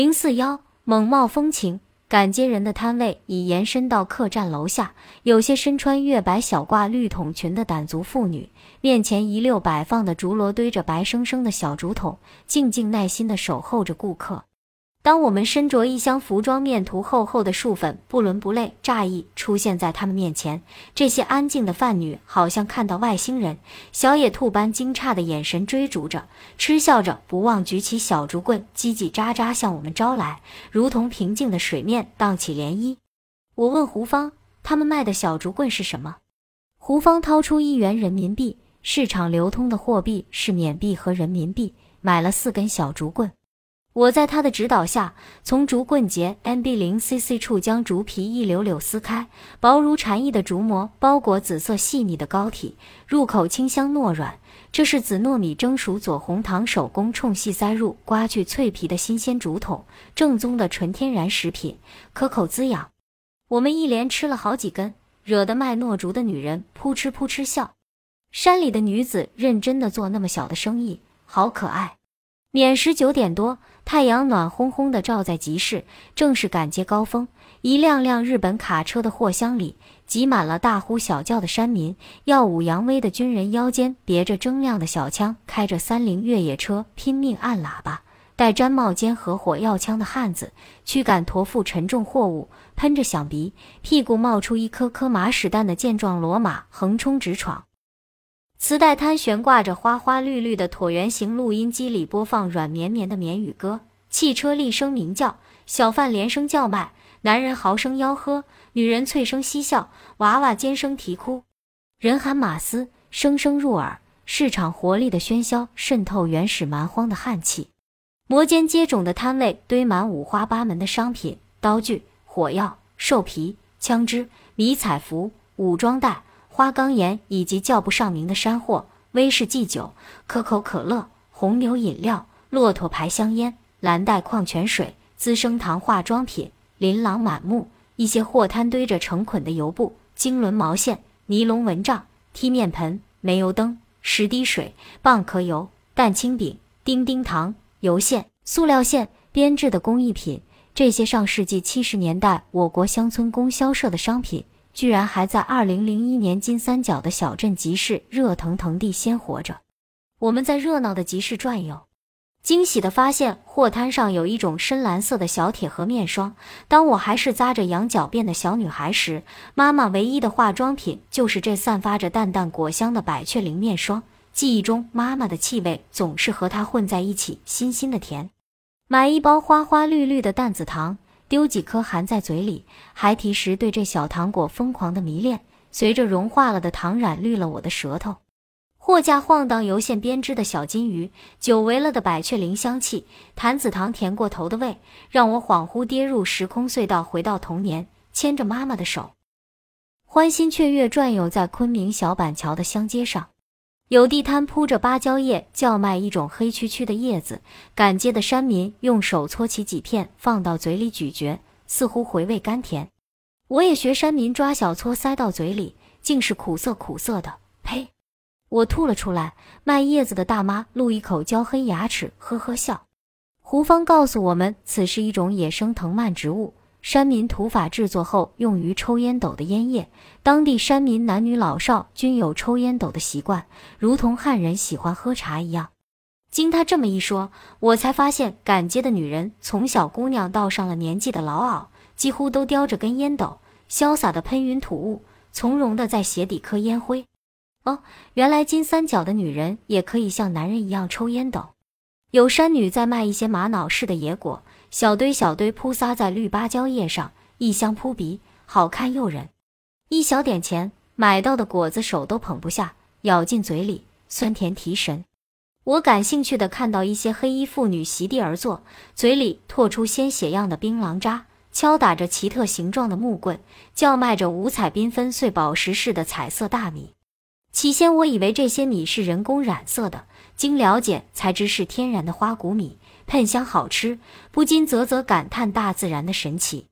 041猛冒风情，赶街人的摊位已延伸到客栈楼下，有些身穿月白小褂绿筒裙的掸族妇女，面前一溜摆放的竹箩堆着白生生的小竹筒，静静耐心地守候着顾客。当我们身着一箱服装，面涂厚厚的树粉，不伦不类乍意出现在他们面前，这些安静的贩女好像看到外星人，小野兔般惊诧的眼神追逐着，嗤笑着不忘举起小竹棍，叽叽喳喳向我们招来，如同平静的水面荡起涟漪。我问胡芳，他们卖的小竹棍是什么？胡芳掏出1元人民币，市场流通的货币是缅币和人民币，买了4根小竹棍。我在他的指导下，从竹棍节 MB0cc 处将竹皮一绺绺撕开，薄如蝉翼的竹膜包裹紫色细腻的膏体，入口清香糯软。这是紫糯米蒸熟左红糖手工冲细塞入刮去脆皮的新鲜竹筒，正宗的纯天然食品，可口滋养。我们一连吃了好几根，惹得卖糯竹的女人扑哧扑哧笑。山里的女子认真地做那么小的生意，好可爱。撵时9点多，太阳暖烘烘地照在集市，正是赶街高峰。一辆辆日本卡车的货箱里挤满了大呼小叫的山民，耀武扬威的军人腰间别着铮亮的小枪，开着30越野车拼命按喇叭，戴毡帽间合火药枪的汉子驱赶驮负沉重货物，喷着响鼻，屁股冒出一颗颗马屎蛋的健壮骡马横冲直闯。磁带摊悬挂着花花绿绿的椭圆形录音机，里播放软绵绵的缅语歌，汽车厉声鸣叫，小贩连声叫卖，男人豪声吆喝，女人脆声嬉笑，娃娃尖声啼哭。人喊马嘶，声声入耳，市场活力的喧嚣渗透原始蛮荒的旱气。摩肩接踵的摊位堆满五花八门的商品，刀具、火药、兽皮、枪支、迷彩服、武装带、花岗岩以及叫不上名的山货，威士忌酒、可口可乐、红牛饮料、骆驼牌香烟、蓝带矿泉水、资生堂化妆品，琳琅满目。一些货摊堆着成捆的油布、经纶毛线、尼龙蚊帐、踢面盆、煤油灯、10滴水、蚌壳油、蛋清饼、丁丁糖、油线、塑料线、编制的工艺品。这些上世纪70年代我国乡村供销社的商品，居然还在2001年金三角的小镇集市热腾腾地鲜活着。我们在热闹的集市转悠，惊喜地发现货摊上有一种深蓝色的小铁盒面霜。当我还是扎着羊角辫的小女孩时，妈妈唯一的化妆品就是这散发着淡淡果香的百雀羚面霜。记忆中妈妈的气味总是和它混在一起，腥腥的甜。买一包花花绿绿的淡紫糖，丢几颗含在嘴里，孩提时对这小糖果疯狂的迷恋，随着融化了的糖染绿了我的舌头。货架晃荡油线编织的小金鱼，久违了的百雀羚香气，坛子糖甜过头的味，让我恍惚跌入时空隧道，回到童年，牵着妈妈的手，欢欣雀跃转悠在昆明小板桥的乡街上。有地摊铺着芭蕉叶，叫卖一种黑黢黢的叶子，赶街的山民用手搓起几片放到嘴里咀嚼，似乎回味甘甜。我也学山民抓小撮塞到嘴里，竟是苦涩苦涩的，呸！我吐了出来。卖叶子的大妈露一口焦黑牙齿，呵呵笑。胡芳告诉我们，此是一种野生藤蔓植物，山民土法制作后用于抽烟斗的烟叶，当地山民男女老少均有抽烟斗的习惯，如同汉人喜欢喝茶一样。经他这么一说，我才发现赶街的女人从小姑娘到上了年纪的老媪，几乎都叼着根烟斗，潇洒地喷匀土雾，从容地在鞋底磕烟灰。哦，原来金三角的女人也可以像男人一样抽烟斗。有山女在卖一些玛瑙似的野果，小堆小堆铺撒在绿芭蕉叶上，异香扑鼻，好看诱人。一小点钱买到的果子手都捧不下，咬进嘴里酸甜提神。我感兴趣地看到一些黑衣妇女席地而坐，嘴里唾出鲜血样的槟榔渣，敲打着奇特形状的木棍，叫卖着五彩缤纷碎宝石似的彩色大米。起先我以为这些米是人工染色的，经了解才知是天然的花谷米，喷香好吃，不禁啧啧感叹大自然的神奇。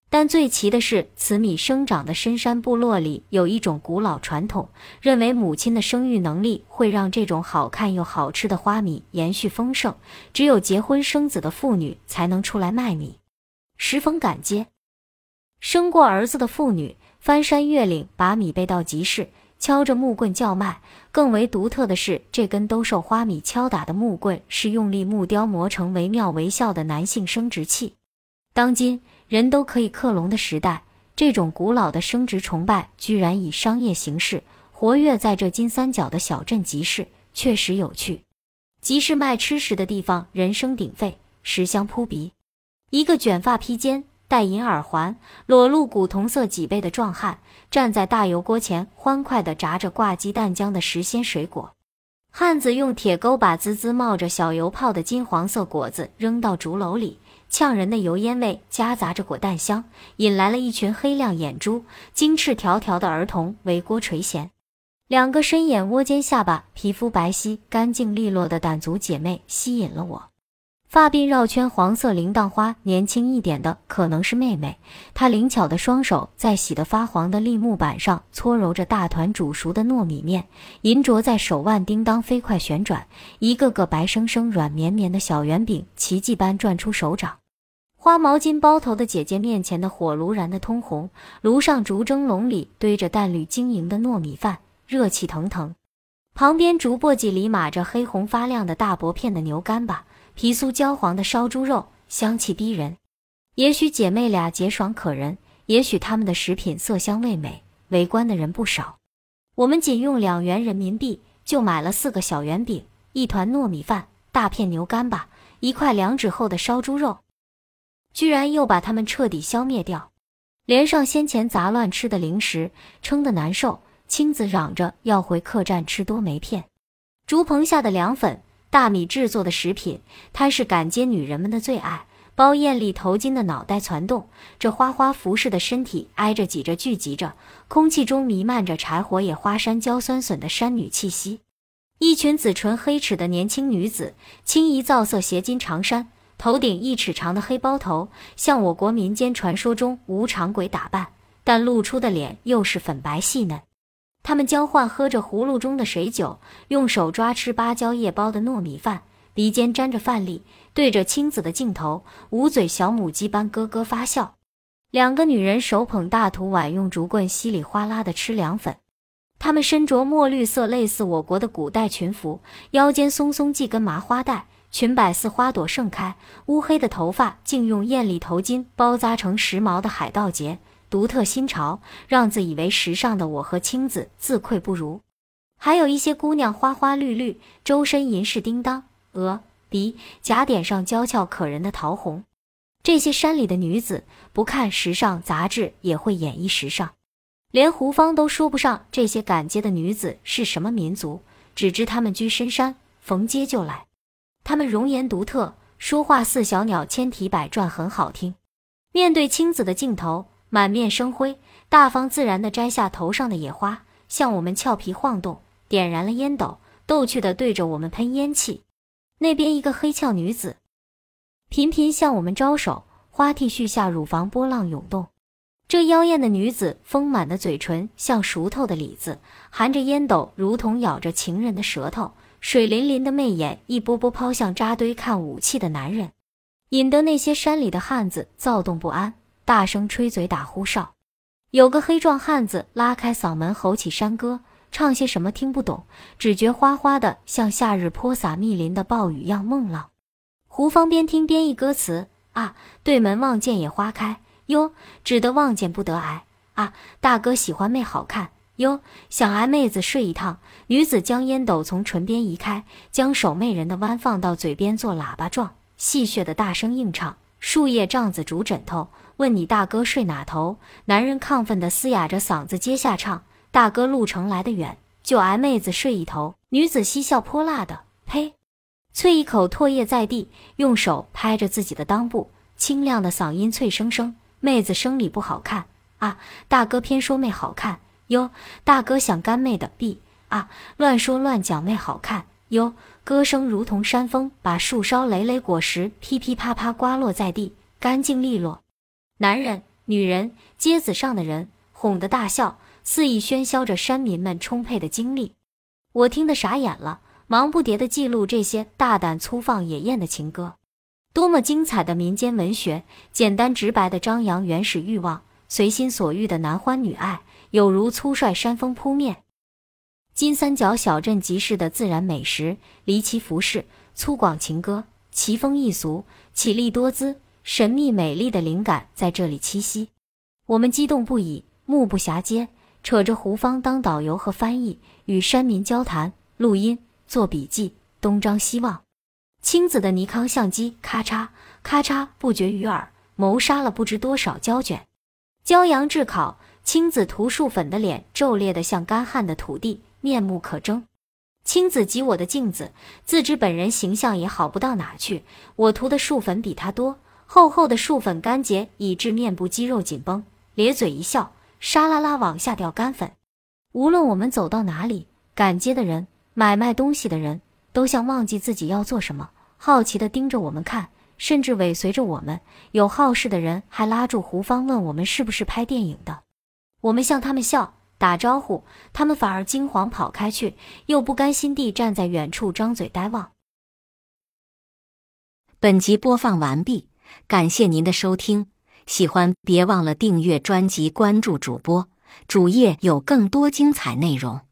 但最奇的是，此米生长的深山部落里有一种古老传统，认为母亲的生育能力会让这种好看又好吃的花米延续丰盛，只有结婚生子的妇女才能出来卖米，十分感激。生过儿子的妇女翻山越岭把米背到集市，敲着木棍叫卖。更为独特的是，这根都受花米敲打的木棍是用力木雕磨成惟妙惟肖的男性生殖器。当今人都可以克隆的时代，这种古老的生殖崇拜居然以商业形式活跃在这金三角的小镇集市，确实有趣。集市卖吃食的地方人声鼎沸，食香扑鼻。一个卷发披肩，戴银耳环，裸露古铜色脊背的壮汉站在大油锅前，欢快地炸着挂鸡蛋浆的时鲜水果。汉子用铁钩把滋滋冒着小油泡的金黄色果子扔到竹篓里，呛人的油烟味夹杂着果蛋香，引来了一群黑亮眼珠、金翅条条的儿童围锅垂涎。两个深眼窝尖下巴、皮肤白皙、干净利落的傣族姐妹吸引了我。发鬓绕圈黄色铃铛花，年轻一点的可能是妹妹，她灵巧的双手在洗得发黄的立木板上搓揉着大团煮熟的糯米面，银镯在手腕叮当飞快旋转，一个个白生生软绵绵的小圆饼奇迹般转出手掌。花毛巾包头的姐姐面前的火炉燃得通红，炉上竹蒸笼里堆着淡绿晶莹的糯米饭，热气腾腾。旁边竹簸箕里码着黑红发亮的大薄片的牛肝巴，皮酥焦黄的烧猪肉，香气逼人。也许姐妹俩洁爽可人，也许她们的食品色香味美，围观的人不少。我们仅用2元人民币就买了4个小圆饼，一团糯米饭，大片牛肝巴，一块2指厚的烧猪肉，居然又把它们彻底消灭掉。连上先前杂乱吃的零食，撑得难受，青子嚷着要回客栈吃多梅片。竹棚下的凉粉、大米制作的食品，它是赶街女人们的最爱。包艳丽头巾的脑袋攒动，这花花服饰的身体挨着挤着聚集着，空气中弥漫着柴火野花山椒酸笋的山女气息。一群紫唇黑齿的年轻女子，清一皂色斜襟长衫，头顶1尺长的黑包头，像我国民间传说中无常鬼打扮，但露出的脸又是粉白细嫩。他们交换喝着葫芦中的水酒，用手抓吃芭蕉叶包的糯米饭，鼻尖沾着饭粒，对着青子的镜头，捂嘴小母鸡般咯咯发笑。2个女人手捧大土碗，用竹棍稀里哗啦地吃凉粉。她们身着墨绿色类似我国的古代裙服，腰间松松系根麻花带，裙摆似花朵盛开，乌黑的头发竟用艳丽头巾包扎成时髦的海盗结，独特新潮，让自以为时尚的我和青子自愧不如。还有一些姑娘花花绿绿，周身银饰叮当，额、鼻、颊点上娇俏可人的桃红。这些山里的女子不看时尚杂志也会演绎时尚，连胡芳都说不上这些赶街的女子是什么民族，只知她们居深山，逢街就来。她们容颜独特，说话似小鸟千蹄百转，很好听。面对青子的镜头，满面生辉，大方自然地摘下头上的野花，向我们俏皮晃动，点燃了烟斗，逗趣地对着我们喷烟气。那边一个黑俏女子频频向我们招手，花 T 恤下乳房波浪涌动。这妖艳的女子丰满的嘴唇像熟透的李子，含着烟斗如同咬着情人的舌头，水淋淋的媚眼一波波抛向扎堆看武器的男人，引得那些山里的汉子躁动不安，大声吹嘴打呼哨。有个黑壮汉子拉开嗓门吼起山歌，唱些什么听不懂，只觉哗哗的像夏日泼洒密林的暴雨样梦浪。胡芳边听边译歌词：啊，对门望见野花开，哟，只得望见不得挨。啊，大哥喜欢妹好看，哟，想挨妹子睡一趟。女子将烟斗从唇边移开，将手媚人的弯放到嘴边做喇叭状，戏谑的大声硬唱：树叶帐子竹枕头，问你大哥睡哪头？男人亢奋地嘶哑着嗓子接下唱：大哥路程来得远，就挨妹子睡一头。女子嬉笑泼辣的，呸！啐一口唾液在地，用手拍着自己的裆部，清亮的嗓音脆生生：妹子生理不好看啊，大哥偏说妹好看哟，大哥想干妹的臂啊，乱说乱讲妹好看哟。歌声如同山风，把树梢累累果实噼噼啪啪刮落在地，干净利落。男人女人、街子上的人哄得大笑，肆意喧嚣着山民们充沛的精力。我听得傻眼了，忙不迭地记录这些大胆粗放野艳的情歌。多么精彩的民间文学，简单直白地张扬原始欲望，随心所欲的男欢女爱，有如粗率山风扑面。金三角小镇集市的自然美食、离奇服饰、粗犷情歌、奇风异俗、绮丽多姿、神秘美丽的灵感在这里栖息。我们激动不已，目不暇接，扯着胡芳当导游和翻译，与山民交谈、录音、做笔记，东张西望。青子的尼康相机咔嚓咔嚓不绝于耳，谋杀了不知多少胶卷。骄阳炙烤，青子涂树粉的脸皱裂得像干旱的土地，面目可憎。青子挤我的镜子，自知本人形象也好不到哪去，我涂的树粉比他多，厚厚的树粉干结以致面部肌肉紧绷，咧嘴一笑，沙啦啦往下掉干粉。无论我们走到哪里，赶街的人、买卖东西的人都像忘记自己要做什么，好奇地盯着我们看，甚至尾随着我们。有好事的人还拉住胡芳问我们是不是拍电影的。我们向他们笑打招呼，他们反而惊慌跑开去，又不甘心地站在远处张嘴呆望。 本集播放完毕，感谢您的收听，喜欢别忘了订阅专辑，关注主播，主页有更多精彩内容。